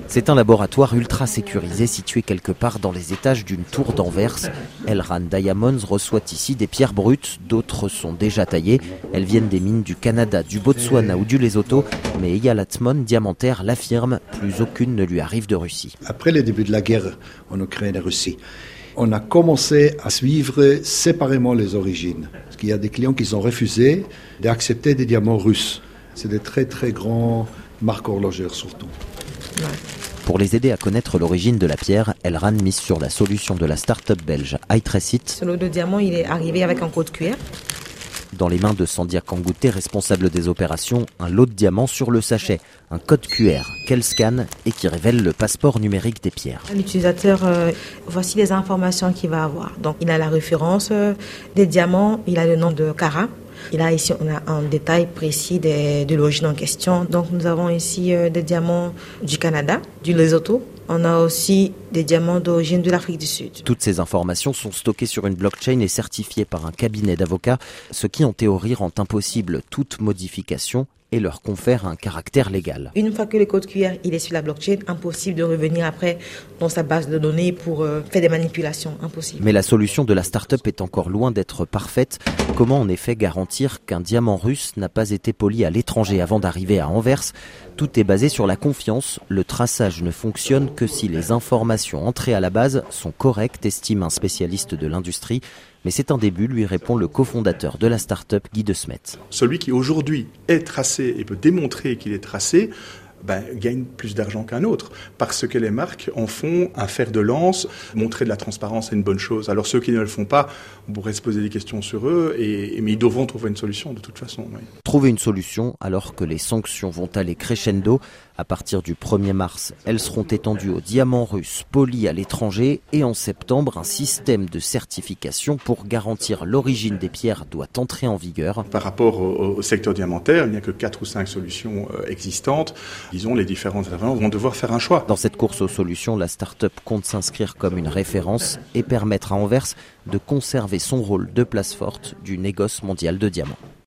C'est un laboratoire ultra sécurisé situé quelque part dans les étages d'une tour d'Anvers. Elran Diamonds reçoit ici des pierres brutes, d'autres sont déjà taillées. Elles viennent des mines du Canada, du Botswana ou du Lesotho. Mais Eyal Atzmon, diamantaire, l'affirme, plus aucune ne lui arrive de Russie. Après le début de la guerre en Ukraine et Russie, on a commencé à suivre séparément les origines. Parce qu'il y a des clients qui ont refusé d'accepter des diamants russes. C'est des très très grands marques horlogères surtout. Ouais. Pour les aider à connaître l'origine de la pierre, Elran mise sur la solution de la start-up belge iTracit. Ce lot de diamants, il est arrivé avec un code QR. Dans les mains de Sandia Kangouté, responsable des opérations, un lot de diamants sur le sachet, un code QR qu'elle scanne et qui révèle le passeport numérique des pierres. L'utilisateur, voici les informations qu'il va avoir. Donc, il a la référence des diamants, il a le nom de carat. Et là, ici, on a un détail précis de l'origine en question. Donc, nous avons ici des diamants du Canada, du Lesotho. On a aussi des diamants d'origine de l'Afrique du Sud. Toutes ces informations sont stockées sur une blockchain et certifiées par un cabinet d'avocats, ce qui en théorie rend impossible toute modification et leur confère un caractère légal. Une fois que le code QR il est sur la blockchain, impossible de revenir après dans sa base de données pour faire des manipulations, impossible. Mais la solution de la start-up est encore loin d'être parfaite. Comment en effet garantir qu'un diamant russe n'a pas été poli à l'étranger avant d'arriver à Anvers ? Tout est basé sur la confiance. Le traçage ne fonctionne que si les informations entrées à la base sont correctes, estime un spécialiste de l'industrie. Mais c'est un début, lui répond le cofondateur de la start-up, Guy De Smet. Celui qui aujourd'hui est tracé et peut démontrer qu'il est tracé, gagne plus d'argent qu'un autre, parce que les marques en font un fer de lance. Montrer de la transparence est une bonne chose. Alors ceux qui ne le font pas, on pourrait se poser des questions sur eux, mais ils devront trouver une solution de toute façon. Oui. Trouver une solution alors que les sanctions vont aller crescendo. À partir du 1er mars, elles seront étendues aux diamants russes polis à l'étranger et en septembre, un système de certification pour garantir l'origine des pierres doit entrer en vigueur. Par rapport au secteur diamantaire, il n'y a que 4 ou 5 solutions existantes. Disons, les différents intervenants vont devoir faire un choix. Dans cette course aux solutions, la start-up compte s'inscrire comme une référence et permettre à Anvers de conserver son rôle de place forte du négoce mondial de diamants.